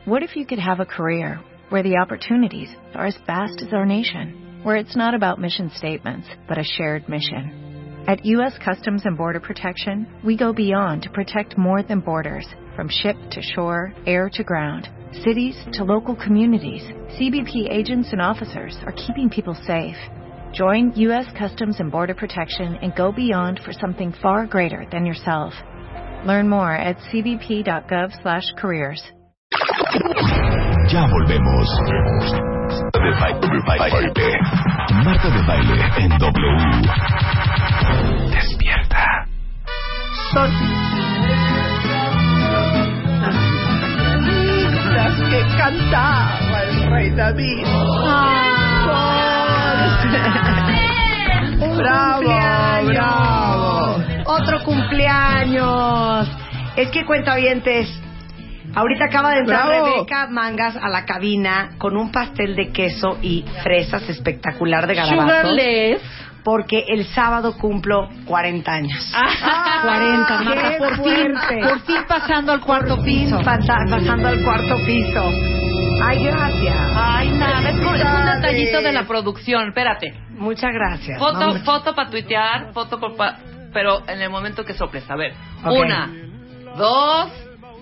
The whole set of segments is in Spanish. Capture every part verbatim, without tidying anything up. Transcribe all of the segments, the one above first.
What if you could have a career where the opportunities are as vast as our nation, where it's not about mission statements, but a shared mission? At U S Customs and Border Protection, we go beyond to protect more than borders. From ship to shore, air to ground, cities to local communities, C B P agents and officers are keeping people safe. Join U S Customs and Border Protection and go beyond for something far greater than yourself. Learn more at cbp.gov slash careers. Ya volvemos. De baile. Marta de Baile en W. Despierta. Son las que cantaba el rey David. Un bravo, bravo. Otro cumpleaños. Es que cuentavientes. Ahorita acaba de entrar Bravo. Rebeca Mangas a la cabina con un pastel de queso y fresas espectacular de garabatos. Sugarless. Porque el sábado cumplo cuarenta años. Ah, cuarenta, Marta, por fuerte. fin, por fin pasando al cuarto por piso. Fin pasa, pasando al cuarto piso. Ay, gracias. Ay, nada, es, es un detallito de la producción. Espérate. Muchas gracias. Foto, no, foto para tuitear, foto por pa, pero en el momento que soples. A ver, okay. Una, dos,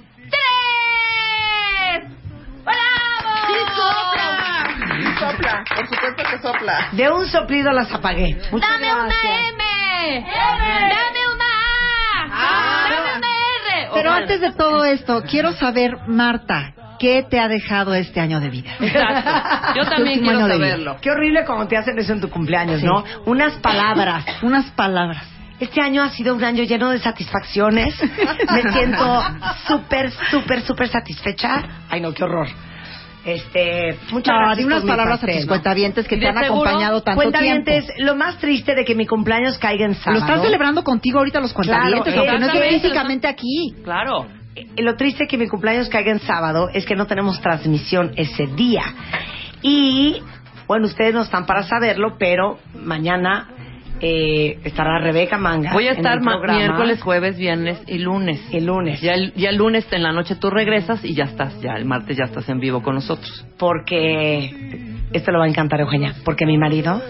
tres. ¡Bravo! ¡Sí sopla! ¡Sí sopla! Por supuesto que sopla. De un soplido las apagué. Muchas ¡Dame gracias. una M! ¡M! ¡Dame una A! Ah, ¡Dame una R! Pero Ojalá. antes de todo esto, quiero saber, Marta, ¿qué te ha dejado este año de vida? Exacto. Yo también quiero saberlo. Qué horrible cuando te hacen eso en tu cumpleaños, sí. ¿No? Unas palabras. Unas palabras. Este año ha sido un año lleno de satisfacciones. Me siento súper, súper, súper satisfecha. Ay, no, qué horror. Este, muchas no, gracias. Di unas por palabras pastel, a tus ¿no? cuentavientes que te han acompañado tanto Cuentavientes, tiempo. lo más triste de que mi cumpleaños caiga en sábado. Lo están celebrando contigo ahorita los cuentavientes, Claro, aunque no esté exactamente. físicamente aquí. Claro. Lo triste de que mi cumpleaños caiga en sábado es que no tenemos transmisión ese día. Y, bueno, ustedes no están para saberlo, pero mañana eh, estará Rebeca Mangas. Voy a estar en el ma- programa. miércoles, jueves, viernes y lunes. El lunes. Ya el, ya el lunes en la noche tú regresas y ya estás, ya el martes ya estás en vivo con nosotros. Porque esto le va a encantar a Eugenia. Porque mi marido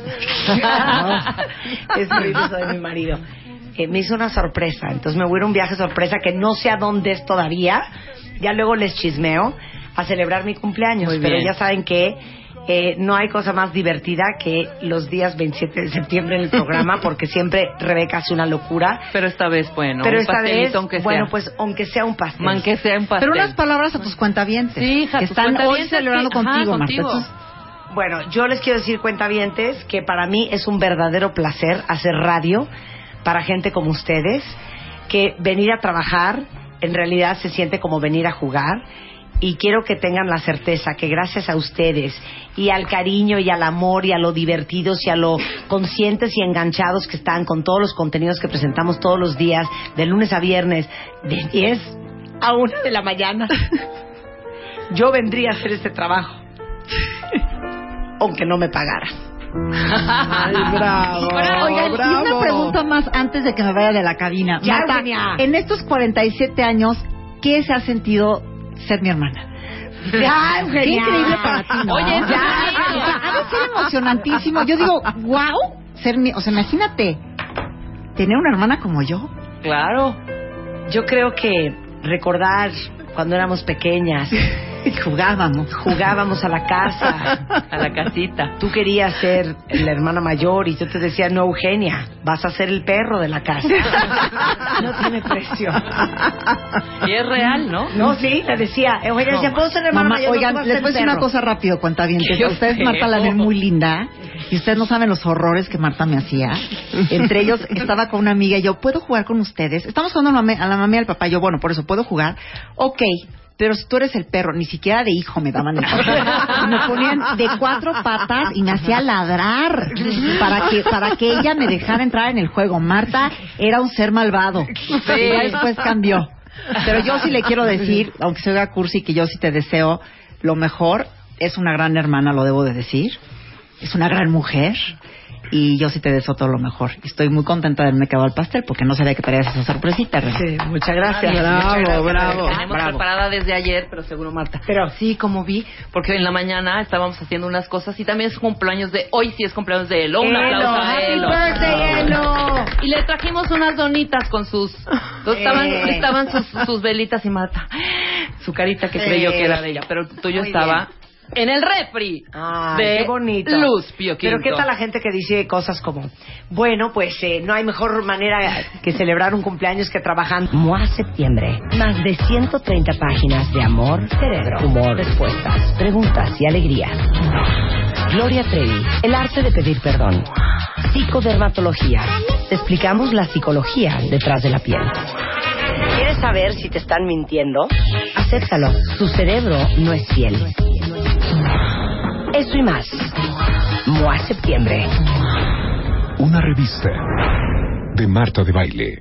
no, es muy eso de mi marido. Eh, me hizo una sorpresa. Entonces me voy a ir a un viaje sorpresa que no sé a dónde es todavía. Ya luego les chismeo a celebrar mi cumpleaños. Muy Pero bien. ya saben que eh, no hay cosa más divertida que los días veintisiete de septiembre en el programa, porque siempre Rebeca hace una locura. Pero esta vez, bueno, Pero un esta pastelito, vez, aunque sea. bueno, pues aunque sea un pastel. Aunque sea un pastel. Pero unas palabras a tus cuentavientes. Sí, hija, que tus están hoy cuentavientes celebrando que- ajá, contigo, contigo. Marta. Entonces, Bueno, yo les quiero decir, cuentavientes, que para mí es un verdadero placer hacer radio para gente como ustedes, que venir a trabajar en realidad se siente como venir a jugar, y quiero que tengan la certeza que gracias a ustedes y al cariño y al amor y a lo divertidos y a lo conscientes y enganchados que están con todos los contenidos que presentamos todos los días, de lunes a viernes, de diez a una de la mañana, yo vendría a hacer este trabajo aunque no me pagaran. Ay, bravo. Oigan, bravo. y una pregunta más antes de que me vaya de la cabina. Ya, Marta, Eugenia. en estos cuarenta y siete años, ¿qué se ha sentido ser mi hermana? Ya, Eugenia. Qué increíble para ti, ¿no? Oye, ya, ya. o sea, ha de ser emocionantísimo. Yo digo, wow, ser mi, o sea, imagínate tener una hermana como yo. Claro. Yo creo que recordar cuando éramos pequeñas, Jugábamos. jugábamos a la casa, A la casita. tú querías ser la hermana mayor y yo te decía, no, Eugenia, vas a ser el perro de la casa. No tiene precio. Y es real, ¿no? No, sí, le decía, Eugenia, decía, ¿puedo ser hermana Mamá, mayor? oigan, No, tú vas a les ser voy a decir perro. una cosa rápido, cuentavientes. Qué Ustedes, feo. Marta, la ven muy linda y ustedes no saben los horrores que Marta me hacía. Entre ellos, estaba con una amiga y yo, ¿puedo jugar con ustedes? Estamos jugando a la mami- a la mamá y al papá. Yo, bueno, por eso, ¿puedo jugar? Ok, pero si tú eres el perro, ni siquiera de hijo me daban el papel. Me ponían de cuatro patas y me hacía ladrar para que para que ella me dejara entrar en el juego. Marta era un ser malvado. Y ya después cambió. Pero yo sí le quiero decir, aunque se oiga cursi, que yo sí te deseo lo mejor. Es una gran hermana, lo debo de decir. es una gran mujer. Y yo sí te deseo todo lo mejor. Estoy muy contenta de haberme quedado al pastel porque no sabía que traías esa sorpresita, René. Sí, muchas gracias. Bravo, muchas gracias, bravo. Rebeca. Tenemos Bravo. preparada desde ayer, pero seguro Marta. Pero sí, como vi, porque en la mañana estábamos haciendo unas cosas y también es cumpleaños de, hoy sí es cumpleaños de Elo. Un Elo, aplauso a happy Elo. birthday, Elo. Y le trajimos unas donitas con sus, estaban, Eh. estaban sus, sus velitas y Marta, su carita que creyó Eh. que era de ella, pero el tuyo Muy estaba en el refri. Ay, de qué bonito. Luz Pio Quinto. Pero qué tal la gente que dice cosas como, bueno, pues eh, no hay mejor manera que celebrar un cumpleaños que trabajando. M O A Septiembre. Más de ciento treinta páginas de amor, cerebro, humor, respuestas, preguntas y alegría. Gloria Trevi, el arte de pedir perdón. Psicodermatología. Te explicamos la psicología detrás de la piel. ¿Quieres saber si te están mintiendo? Acéptalo. Tu cerebro no es fiel. Eso y más. M O A Septiembre. Una revista de Marta de Baile.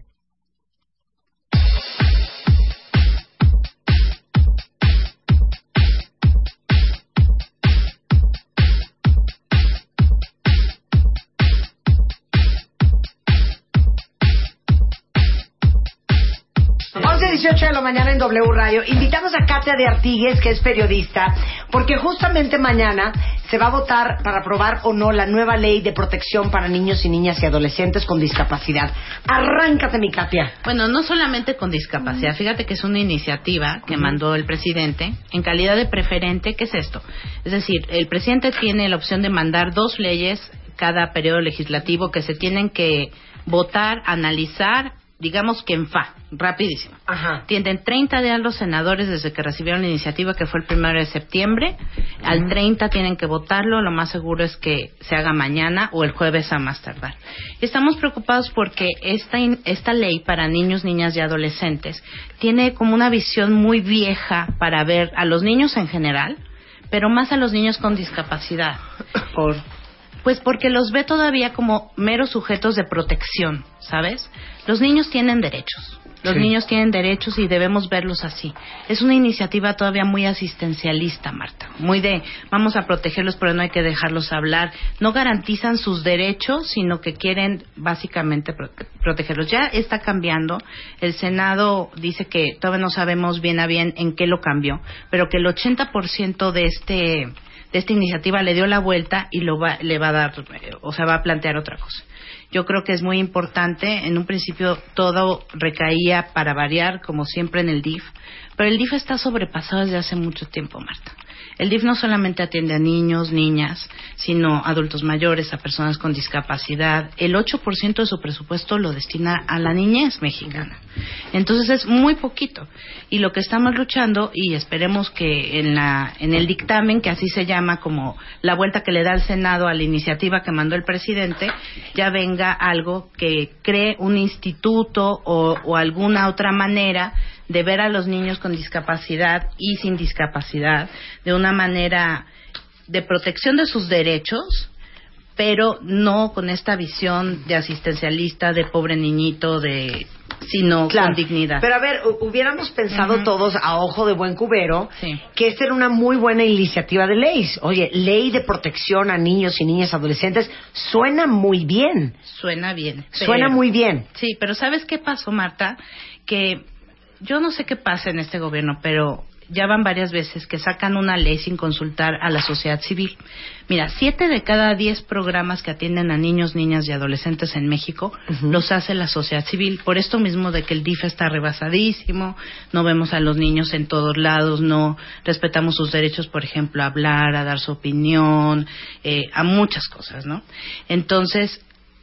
once dieciocho de la mañana en W Radio. Invitamos a Katia de Artigues, que es periodista, porque justamente mañana se va a votar para aprobar o no la nueva ley de protección para niños y niñas y adolescentes con discapacidad. Arráncate, mi Katia. Bueno, no solamente con discapacidad. Fíjate que es una iniciativa que mandó el presidente en calidad de preferente. ¿Qué es esto? Es decir, el presidente tiene la opción de mandar dos leyes cada periodo legislativo que se tienen que votar, analizar, digamos que en fa, rapidísimo. Ajá. Tienen treinta días los senadores desde que recibieron la iniciativa, que fue el primero de septiembre. Al treinta tienen que votarlo. Lo más seguro es que se haga mañana o el jueves a más tardar. Estamos preocupados porque esta, in- esta ley para niños, niñas y adolescentes tiene como una visión muy vieja para ver a los niños en general, pero más a los niños con discapacidad. Por... Pues porque los ve todavía como meros sujetos de protección, ¿sabes? Los niños tienen derechos. Los Sí. niños tienen derechos y debemos verlos así. Es una iniciativa todavía muy asistencialista, Marta. Muy de, vamos a protegerlos, pero no hay que dejarlos hablar. No garantizan sus derechos, sino que quieren básicamente pro- protegerlos. Ya está cambiando. El Senado dice que todavía no sabemos bien a bien en qué lo cambió, pero que el ochenta por ciento de este... de esta iniciativa le dio la vuelta y lo va, le va a dar, eh, o sea, va a plantear otra cosa. Yo creo que es muy importante. En un principio todo recaía, para variar, como siempre, en el D I F, pero el D I F está sobrepasado desde hace mucho tiempo, Marta. El D I F no solamente atiende a niños, niñas, sino a adultos mayores, a personas con discapacidad. El ocho por ciento de su presupuesto lo destina a la niñez mexicana. Entonces es muy poquito. Y lo que estamos luchando, y esperemos que en la en el dictamen, que así se llama, como la vuelta que le da el Senado a la iniciativa que mandó el presidente, ya venga algo que cree un instituto o, o alguna otra manera de ver a los niños con discapacidad y sin discapacidad de una manera de protección de sus derechos, pero no con esta visión de asistencialista, de pobre niñito, de sino Claro. con dignidad. Pero a ver, hu- hubiéramos pensado Ujú. todos a ojo de buen cubero Sí. que esta era una muy buena iniciativa de ley. Oye, ley de protección a niños y niñas adolescentes suena muy bien. Suena bien. Suena pero- muy bien. Sí, pero ¿sabes qué pasó, Marta? Que yo no sé qué pasa en este gobierno, pero ya van varias veces que sacan una ley sin consultar a la sociedad civil. Mira, siete de cada diez programas que atienden a niños, niñas y adolescentes en México Ujú. los hace la sociedad civil. Por esto mismo de que el D I F está rebasadísimo, no vemos a los niños en todos lados, no respetamos sus derechos, por ejemplo, a hablar, a dar su opinión, eh, a muchas cosas, ¿no? Entonces,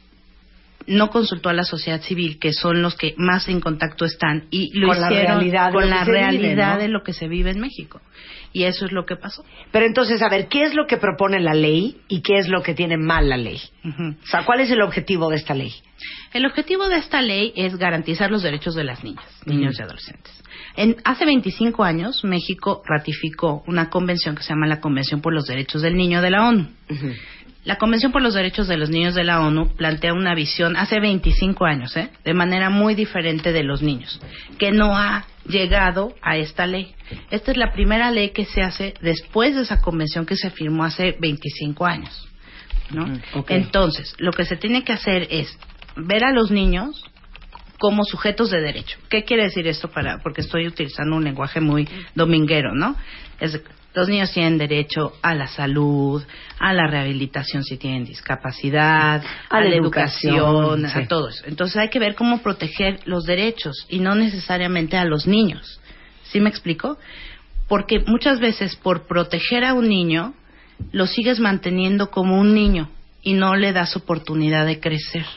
no consultó a la sociedad civil, que son los que más en contacto están, y lo Con la hicieron realidad de con lo la que se vive, realidad ¿no? de lo que se vive en México. Y eso es lo que pasó. Pero entonces, a ver, ¿qué es lo que propone la ley y qué es lo que tiene mal la ley? Ujú. O sea, ¿cuál es el objetivo de esta ley? El objetivo de esta ley es garantizar los derechos de las niñas, niños y adolescentes. En, hace veinticinco años, México ratificó una convención que se llama la Convención por los Derechos del Niño de la ONU. Ujú. La Convención por los Derechos de los Niños de la ONU plantea una visión hace veinticinco años, ¿eh? de manera muy diferente de los niños, que no ha llegado a esta ley. Esta es la primera ley que se hace después de esa convención que se firmó hace veinticinco años. ¿no? Mm, ok. Entonces, lo que se tiene que hacer es ver a los niños como sujetos de derecho. ¿Qué quiere decir esto? Para, porque estoy utilizando un lenguaje muy dominguero, ¿no? Es, los niños tienen derecho a la salud, a la rehabilitación si tienen discapacidad, a, a la educación, educación sí. a todo eso. Entonces hay que ver cómo proteger los derechos y no necesariamente a los niños. ¿Sí me explico? Porque muchas veces por proteger a un niño lo sigues manteniendo como un niño y no le das oportunidad de crecer.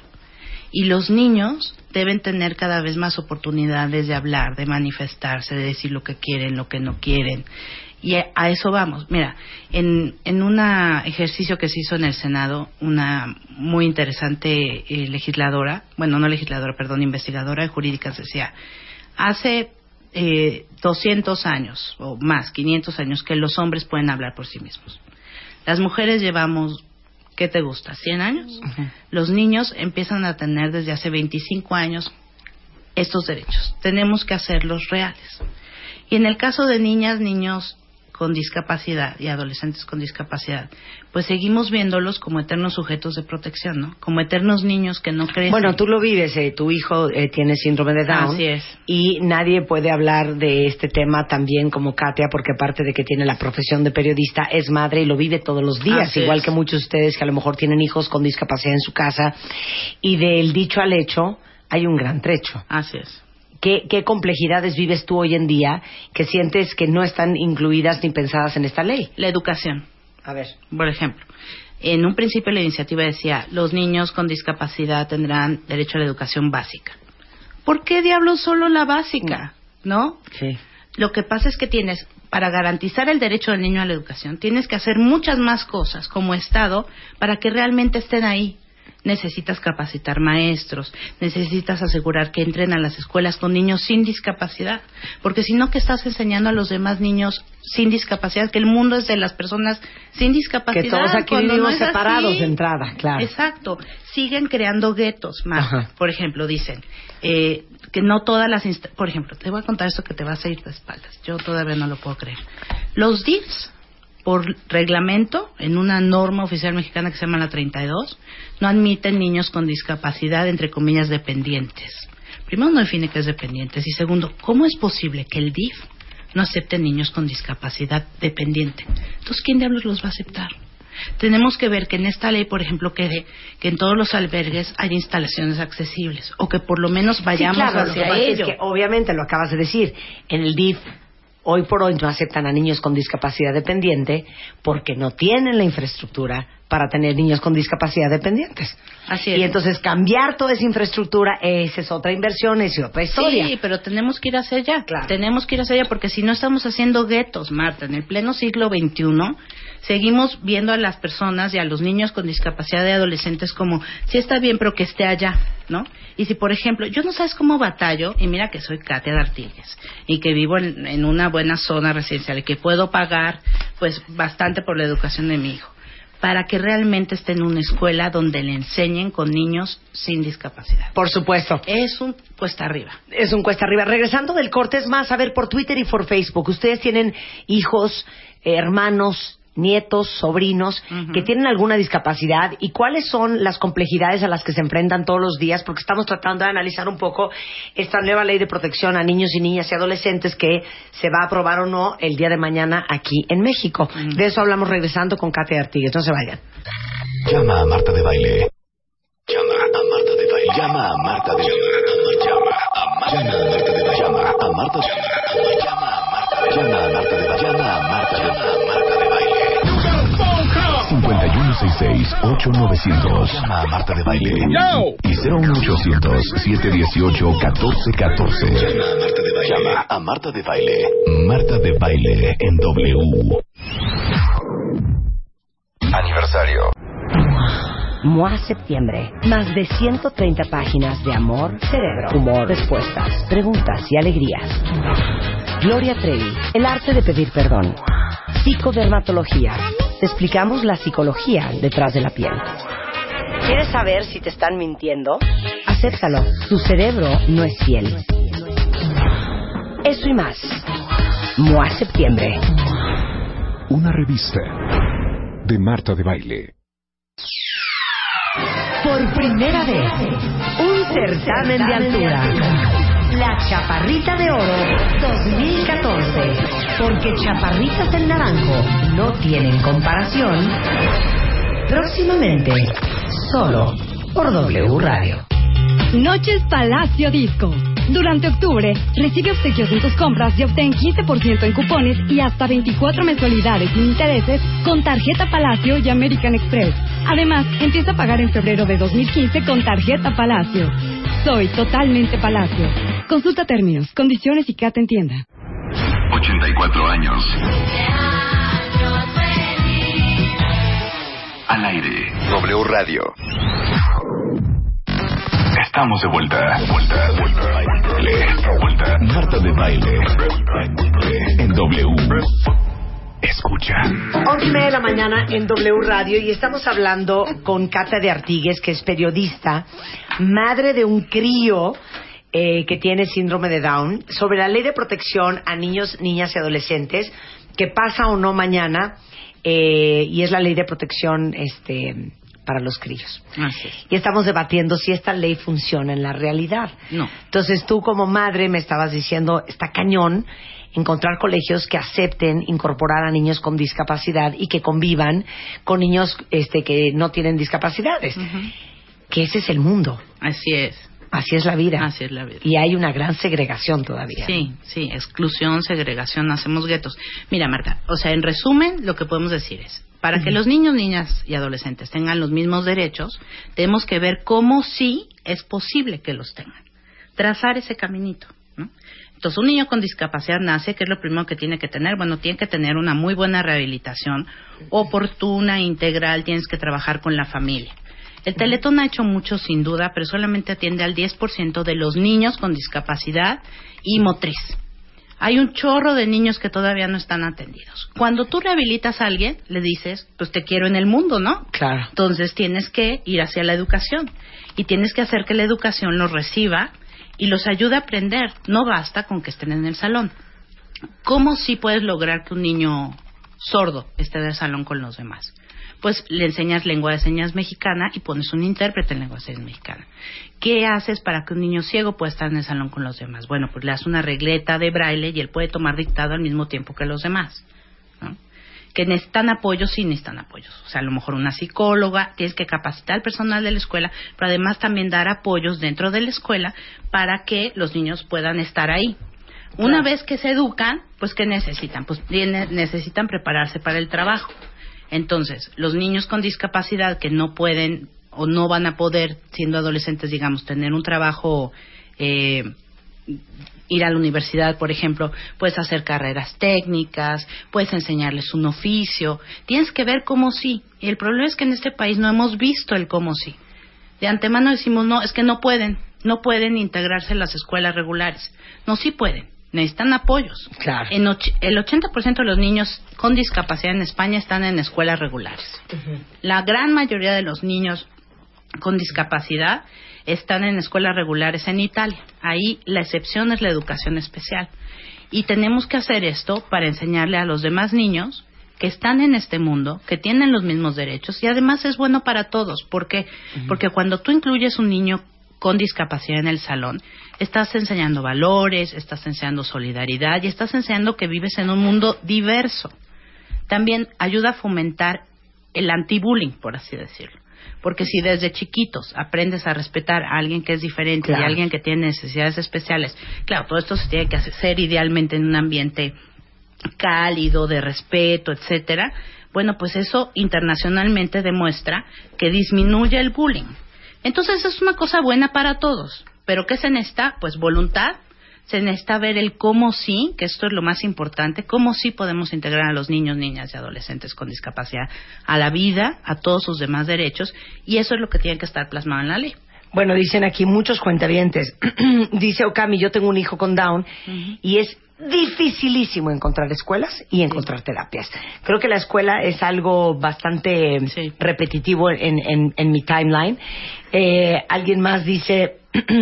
Y los niños deben tener cada vez más oportunidades de hablar, de manifestarse, de decir lo que quieren, lo que no quieren. Y a eso vamos. Mira, en, en un ejercicio que se hizo en el Senado, una muy interesante eh, legisladora, bueno, no legisladora, perdón, investigadora de jurídica, decía, hace eh, doscientos años o más, quinientos años, que los hombres pueden hablar por sí mismos. Las mujeres llevamos, ¿qué te gusta? ¿cien años? Uh-huh. Los niños empiezan a tener desde hace veinticinco años estos derechos. Tenemos que hacerlos reales. Y en el caso de niñas, niños con discapacidad y adolescentes con discapacidad, pues seguimos viéndolos como eternos sujetos de protección, ¿no? Como eternos niños que no crecen. Bueno, tú lo vives, eh, tu hijo eh, tiene síndrome de Down. Así es. Y nadie puede hablar de este tema tan bien como Katia, porque aparte de que tiene la profesión de periodista, es madre y lo vive todos los días, Así igual es. que muchos de ustedes que a lo mejor tienen hijos con discapacidad en su casa. Y del dicho al hecho hay un gran trecho. Así es. ¿Qué, ¿Qué complejidades vives tú hoy en día que sientes que no están incluidas ni pensadas en esta ley? La educación. A ver. Por ejemplo, en un principio la iniciativa decía, los niños con discapacidad tendrán derecho a la educación básica. ¿Por qué diablos solo la básica? ¿No? Sí. Lo que pasa es que tienes, para garantizar el derecho del niño a la educación, tienes que hacer muchas más cosas como Estado para que realmente estén ahí. Necesitas capacitar maestros, necesitas asegurar que entren a las escuelas con niños sin discapacidad, porque si no, ¿qué estás enseñando a los demás niños sin discapacidad? Que el mundo es de las personas sin discapacidad. Que todos aquí vivimos no separados así. De entrada, claro. Exacto. Siguen creando guetos más. Por ejemplo, dicen eh, que no todas las... Inst- Por ejemplo, te voy a contar esto que te vas a ir de espaldas. Yo todavía no lo puedo creer. Los D I Fs, por reglamento, en una norma oficial mexicana que se llama la treinta y dos, no admiten niños con discapacidad, entre comillas, dependientes. Primero, no define qué es dependientes. Y segundo, ¿cómo es posible que el D I F no acepte niños con discapacidad dependiente? Entonces, ¿quién diablos los va a aceptar? Tenemos que ver que en esta ley, por ejemplo, quede que en todos los albergues hay instalaciones accesibles, o que por lo menos vayamos sí, claro, hacia lo que ello. Es que, obviamente, lo acabas de decir, en el D I F... hoy por hoy no aceptan a niños con discapacidad dependiente porque no tienen la infraestructura para tener niños con discapacidad dependientes. Así es. Y entonces cambiar toda esa infraestructura, esa es otra inversión, esa es otra historia. Sí, pero tenemos que ir hacia allá. Claro. Tenemos que ir hacia allá porque si no estamos haciendo guetos, Marta, en el pleno siglo veintiuno, seguimos viendo a las personas y a los niños con discapacidad de adolescentes como, sí está bien, pero que esté allá, ¿no? Y si, por ejemplo, yo no sabes cómo batallo, y mira que soy Katia D'Artigues, y que vivo en, en una buena zona residencial, y que puedo pagar, pues, bastante por la educación de mi hijo, para que realmente esté en una escuela donde le enseñen con niños sin discapacidad. Por supuesto. Es un cuesta arriba. Es un cuesta arriba. Regresando del corte, es más, a ver, por Twitter y por Facebook, ustedes tienen hijos, eh, hermanos, nietos, sobrinos, uh-huh. que tienen alguna discapacidad, y cuáles son las complejidades a las que se enfrentan todos los días, porque estamos tratando de analizar un poco esta nueva ley de protección a niños y niñas y adolescentes que se va a aprobar o no el día de mañana aquí en México. Uh-huh. De eso hablamos regresando con Katia D'Artigues. No se vayan. Llama a Marta de Baile. Llama a Marta de Baile. Llama a Marta de Baile. Llama a Marta de Baile. Llama a Marta de Baile. Llama a Marta de Baile. Llama a Marta de Baile. Llama a Marta de Baile. cincuenta y uno sesenta y seis, ocho mil novecientos. Llama a Marta de Baile. Y cero uno ochocientos, siete uno ocho, uno cuatro uno cuatro. Llama a Marta de Baile. Llama a Marta de Baile. Marta de Baile en W. Aniversario. MOA Septiembre. Más de ciento treinta páginas de amor, cerebro, humor, respuestas, preguntas y alegrías. Gloria Trevi. El arte de pedir perdón. Psicodermatología. Te explicamos la psicología detrás de la piel. ¿Quieres saber si te están mintiendo? Acéptalo. Tu cerebro no es fiel. Eso y más. MOA Septiembre. Una revista de Marta de Baile. Por primera vez, un certamen de altura. La Chaparrita de Oro dos mil catorce. Porque Chaparritas del Naranjo no tienen comparación. Próximamente, solo por W Radio. Noches Palacio Disco. Durante octubre, recibe obsequios en tus compras y obtén quince por ciento en cupones y hasta veinticuatro mensualidades sin intereses con tarjeta Palacio y American Express. Además, empieza a pagar en febrero de dos mil quince con tarjeta Palacio. Soy totalmente Palacio. Consulta términos, condiciones y quédate en tienda. ochenta y cuatro años. Al aire. W Radio. Estamos de vuelta. Vuelta, vuelta, vuelta. Vuelta. Marta de Baile. En W. Escucha. once y media de la mañana en W Radio y estamos hablando con Cata de Artigues, que es periodista, madre de un crío eh, que tiene síndrome de Down, sobre la ley de protección a niños, niñas y adolescentes, que pasa o no mañana, eh, y es la ley de protección este para los críos. Así es. Y estamos debatiendo si esta ley funciona en la realidad. No. Entonces tú como madre me estabas diciendo, está cañón encontrar colegios que acepten incorporar a niños con discapacidad y que convivan con niños este que no tienen discapacidades. Uh-huh. Que ese es el mundo. Así es. Así es la vida. Así es la vida. Y hay una gran segregación todavía. Sí, sí, exclusión, segregación, hacemos guetos. Mira, Marta, o sea, en resumen, lo que podemos decir es, para uh-huh. que los niños, niñas y adolescentes tengan los mismos derechos, tenemos que ver cómo sí es posible que los tengan. Trazar ese caminito, ¿no? Entonces, un niño con discapacidad nace, ¿qué es lo primero que tiene que tener? Bueno, tiene que tener una muy buena rehabilitación, oportuna, integral, tienes que trabajar con la familia. El Teletón ha hecho mucho, sin duda, pero solamente atiende al diez por ciento de los niños con discapacidad y motriz. Hay un chorro de niños que todavía no están atendidos. Cuando tú rehabilitas a alguien, le dices, pues te quiero en el mundo, ¿no? Claro. Entonces tienes que ir hacia la educación y tienes que hacer que la educación los reciba y los ayude a aprender. No basta con que estén en el salón. ¿Cómo sí puedes lograr que un niño sordo esté en el salón con los demás? Pues le enseñas lengua de señas mexicana y pones un intérprete en lengua de señas mexicana. ¿Qué haces para que un niño ciego pueda estar en el salón con los demás? Bueno, pues le das una regleta de braille y él puede tomar dictado al mismo tiempo que los demás, ¿no? Que necesitan apoyos, sí necesitan apoyos. O sea, a lo mejor una psicóloga, tienes que capacitar al personal de la escuela, pero además también dar apoyos dentro de la escuela para que los niños puedan estar ahí. Una claro. vez que se educan, pues ¿qué necesitan? Pues necesitan prepararse para el trabajo. Entonces, los niños con discapacidad que no pueden o no van a poder, siendo adolescentes, digamos, tener un trabajo, eh, ir a la universidad, por ejemplo, puedes hacer carreras técnicas, puedes enseñarles un oficio, tienes que ver cómo sí. Y el problema es que en este país no hemos visto el cómo sí. De antemano decimos, no, es que no pueden, no pueden integrarse en las escuelas regulares. No, sí pueden. Necesitan apoyos. Claro. En och- el ochenta por ciento de los niños con discapacidad en España están en escuelas regulares. Uh-huh. La gran mayoría de los niños con discapacidad están en escuelas regulares en Italia. Ahí la excepción es la educación especial. Y tenemos que hacer esto para enseñarle a los demás niños que están en este mundo, que tienen los mismos derechos y además es bueno para todos. ¿Por qué? Uh-huh. Porque cuando tú incluyes un niño con discapacidad en el salón, estás enseñando valores, estás enseñando solidaridad y estás enseñando que vives en un mundo diverso. También ayuda a fomentar el anti-bullying, por así decirlo. Porque si desde chiquitos aprendes a respetar a alguien que es diferente claro. y a alguien que tiene necesidades especiales, claro, todo esto se tiene que hacer idealmente en un ambiente cálido, de respeto, etcétera. Bueno, pues eso internacionalmente demuestra que disminuye el bullying. Entonces es una cosa buena para todos, pero ¿qué se necesita? Pues voluntad, se necesita ver el cómo sí, que esto es lo más importante, cómo sí podemos integrar a los niños, niñas y adolescentes con discapacidad a la vida, a todos sus demás derechos, y eso es lo que tiene que estar plasmado en la ley. Bueno, dicen aquí muchos cuentavientes. Dice Okami, yo tengo un hijo con Down uh-huh. y es dificilísimo encontrar escuelas y encontrar sí. terapias. Creo que la escuela es algo bastante sí. repetitivo en, en, en mi timeline. Eh, alguien más dice,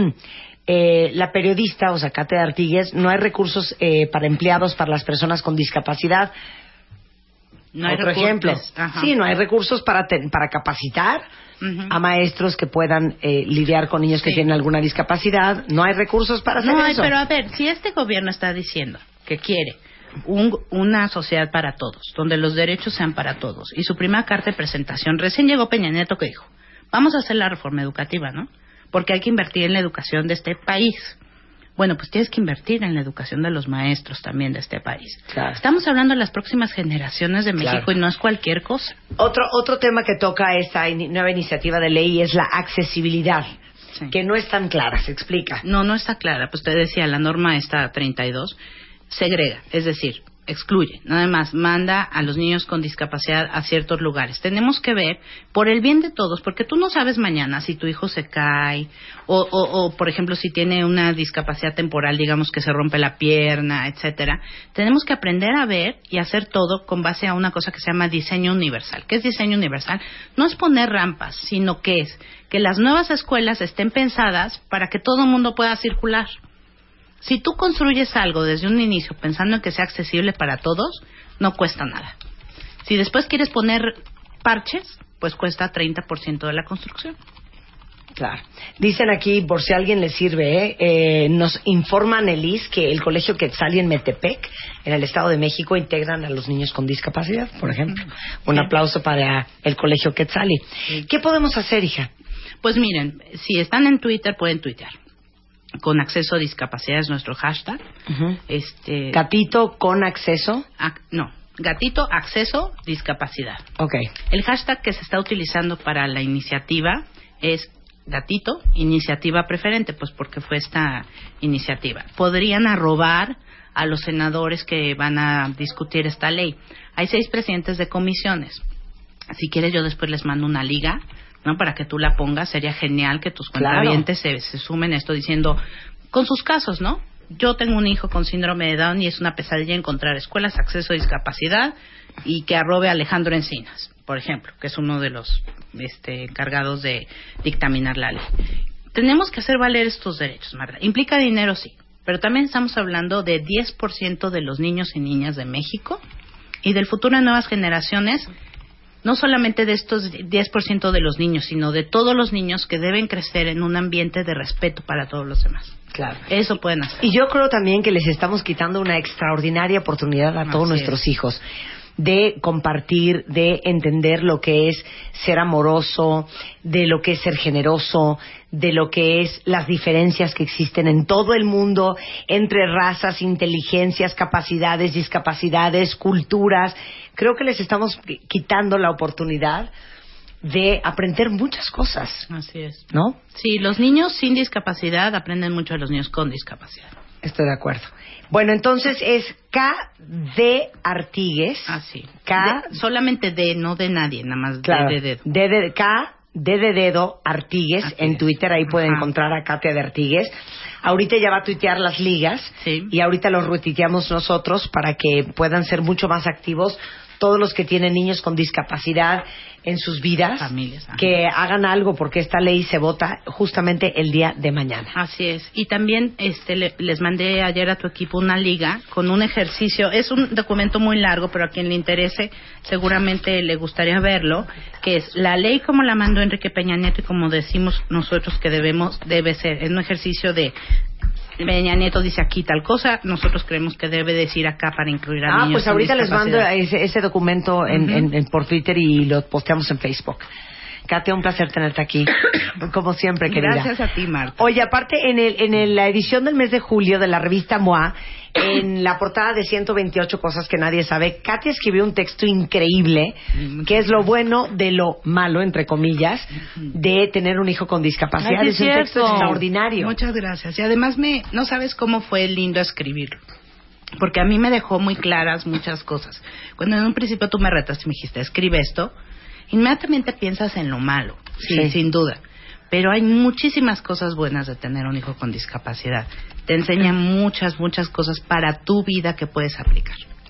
eh, la periodista, o sea, Cata de Artigues, no hay recursos eh, para empleados para las personas con discapacidad. No hay Otro recursos. ejemplo. Ajá. Sí, no hay recursos para, te- para capacitar Ujú. a maestros que puedan eh, lidiar con niños que Sí. tienen alguna discapacidad. No hay recursos para hacer No hay, eso. pero a ver, si este gobierno está diciendo que quiere un- una sociedad para todos, donde los derechos sean para todos, y su primera carta de presentación, recién llegó Peña Nieto que dijo, vamos a hacer la reforma educativa, ¿no? Porque hay que invertir en la educación de este país. Bueno, pues tienes que invertir en la educación de los maestros también de este país. Claro. Estamos hablando de las próximas generaciones de México Claro. y no es cualquier cosa. Otro, otro tema que toca esta in- nueva iniciativa de ley es la accesibilidad, Sí. que no es tan clara. Se explica. No, no está clara. Pues te decía, la norma está treinta y dos, segrega, es decir, excluye. Nada más manda a los niños con discapacidad a ciertos lugares. Tenemos que ver, por el bien de todos, porque tú no sabes mañana si tu hijo se cae o, o, o por ejemplo, si tiene una discapacidad temporal, digamos que se rompe la pierna, etcétera. Tenemos que aprender a ver y hacer todo con base a una cosa que se llama diseño universal. ¿Qué es diseño universal? No es poner rampas, sino que es que las nuevas escuelas estén pensadas para que todo el mundo pueda circular. Si tú construyes algo desde un inicio pensando en que sea accesible para todos, no cuesta nada. Si después quieres poner parches, pues cuesta treinta por ciento de la construcción. Claro. Dicen aquí, por si a alguien le sirve, ¿eh? Eh, nos informan, Elis, que el Colegio Quetzali en Metepec, en el Estado de México, integran a los niños con discapacidad, por ejemplo. Un aplauso para el Colegio Quetzali. ¿Qué podemos hacer, hija? Pues miren, si están en Twitter, pueden tuitear. Con acceso a discapacidad es nuestro hashtag. Uh-huh. Este, Gatito con acceso. ac- no, gatito acceso discapacidad. Ok. El hashtag que se está utilizando para la iniciativa es gatito, iniciativa preferente, pues porque fue esta iniciativa. Podrían arrobar a los senadores que van a discutir esta ley. Hay seis presidentes de comisiones. Si quieres, yo después les mando una liga, ¿no? Para que tú la pongas. Sería genial que tus Claro. cuentavientes se, se sumen a esto diciendo, con sus casos, ¿no? Yo tengo un hijo con síndrome de Down y es una pesadilla encontrar escuelas, acceso a discapacidad y que arrobe a Alejandro Encinas, por ejemplo, que es uno de los este, encargados de dictaminar la ley. Tenemos que hacer valer estos derechos, Marta. ¿Implica dinero? Sí. Pero también estamos hablando de diez por ciento de los niños y niñas de México y del futuro de nuevas generaciones. No solamente de estos diez por ciento de los niños, sino de todos los niños que deben crecer en un ambiente de respeto para todos los demás. Claro. Eso pueden hacer. Y yo creo también que les estamos quitando una extraordinaria oportunidad a todos Así nuestros es. hijos de compartir, de entender lo que es ser amoroso, de lo que es ser generoso, de lo que es las diferencias que existen en todo el mundo entre razas, inteligencias, capacidades, discapacidades, culturas. Creo que les estamos qui- quitando la oportunidad de aprender muchas cosas, Así es. ¿no? Sí, los niños sin discapacidad aprenden mucho de los niños con discapacidad. Estoy de acuerdo. Bueno, entonces es K D Artigues. Así. K, De- solamente de, no de nadie, nada más claro, de, de dedo. D de K, D de dedo, Artigues. Así En es. Twitter, ahí pueden Ajá. encontrar a Katia de Artigues. Ahorita ya va a tuitear las ligas. Sí. Y ahorita los retuiteamos nosotros para que puedan ser mucho más activos todos los que tienen niños con discapacidad en sus vidas. Familias, ajá. Que hagan algo porque esta ley se vota justamente el día de mañana. Así es. Y también este le- les mandé ayer a tu equipo una liga con un ejercicio. Es un documento muy largo, pero a quien le interese seguramente le gustaría verlo, que es la ley como la mandó Enrique Peña Nieto y como decimos nosotros que debemos debe ser. Es un ejercicio de Peña Nieto dice aquí tal cosa, nosotros creemos que debe decir acá para incluir a Ah, niños pues con ahorita les mando discapacidad. ese, ese documento en, Ujú. en- en- por Twitter y lo posteamos en Facebook. Katia, un placer tenerte aquí, como siempre, querida. Gracias a ti, Marta. Oye, aparte, en, el, en el- la edición del mes de julio de la revista M O A, en la portada de ciento veintiocho cosas que nadie sabe, Katia escribió un texto increíble, que es lo bueno de lo malo, entre comillas, de tener un hijo con discapacidad. Ay, es sí un es texto cierto. extraordinario. Muchas gracias. Y además me, no sabes cómo fue lindo escribirlo. Porque a mí me dejó muy claras muchas cosas. Cuando en un principio tú me retaste y me dijiste, escribe esto, inmediatamente piensas en lo malo, sí, Sí. sin duda. Pero hay muchísimas cosas buenas de tener un hijo con discapacidad. Te enseña muchas, muchas cosas para tu vida que puedes aplicar.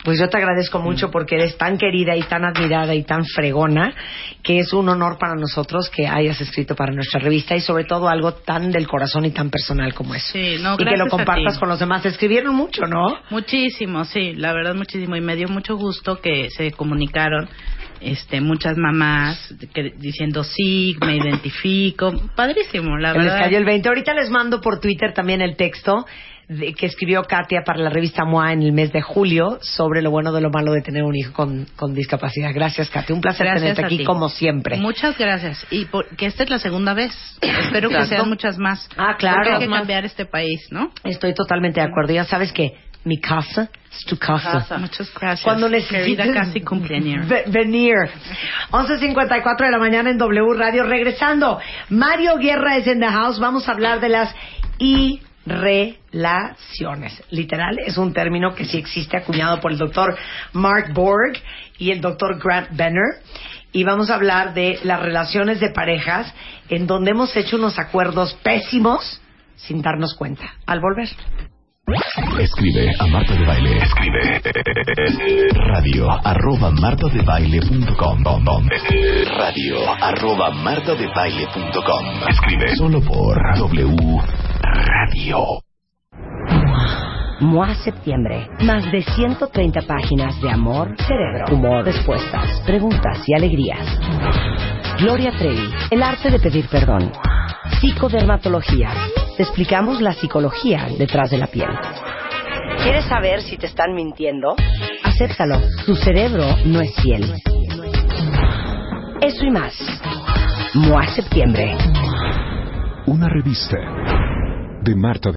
Pues yo te agradezco mucho porque eres tan querida y tan admirada y tan fregona que es un honor para nosotros que hayas escrito para nuestra revista y sobre todo algo tan del corazón y tan personal como eso. Sí, no, y que lo gracias a compartas ti. con los demás. Escribieron mucho, ¿no? Muchísimo, sí, la verdad muchísimo. Y me dio mucho gusto que se comunicaron este muchas mamás que, diciendo sí, me identifico. Padrísimo, la Que les verdad. cayó el veinte. Ahorita les mando por Twitter también el texto de, que escribió Katia para la revista M O A en el mes de julio sobre lo bueno de lo malo de tener un hijo con, con discapacidad. Gracias, Katia. Un placer Gracias tenerte a aquí ti. como siempre. Muchas gracias. Y por, que esta es la segunda vez. Espero que Exacto. sean muchas más. Ah, claro. Porque hay que Más. cambiar este país, ¿no? Estoy totalmente de acuerdo. Ya sabes que mi casa es tu casa. Casa. Muchas gracias. Cuando necesites Querida casi cumpleañera. ve- venir. once cincuenta y cuatro de la mañana en W Radio. Regresando, Mario Guerra es en the house. Vamos a hablar de las irrelaciones. Literal, es un término que sí existe, acuñado por el doctor Mark Borg y el doctor Grant Benner. Y vamos a hablar de las relaciones de parejas en donde hemos hecho unos acuerdos pésimos sin darnos cuenta. Al volver. Escribe a Marta de Baile. Escribe radio arroba martadebaile punto com. Radio arroba martadebaile punto com. Escribe solo por W Radio. M O A Septiembre. Más de ciento treinta páginas de amor, cerebro, humor, respuestas, preguntas y alegrías. Gloria Trevi, el arte de pedir perdón. Psicodermatología. Te explicamos la psicología detrás de la piel. ¿Quieres saber si te están mintiendo? Acéptalo. Tu cerebro no es fiel. Eso y más. M O A Septiembre. Una revista de Marta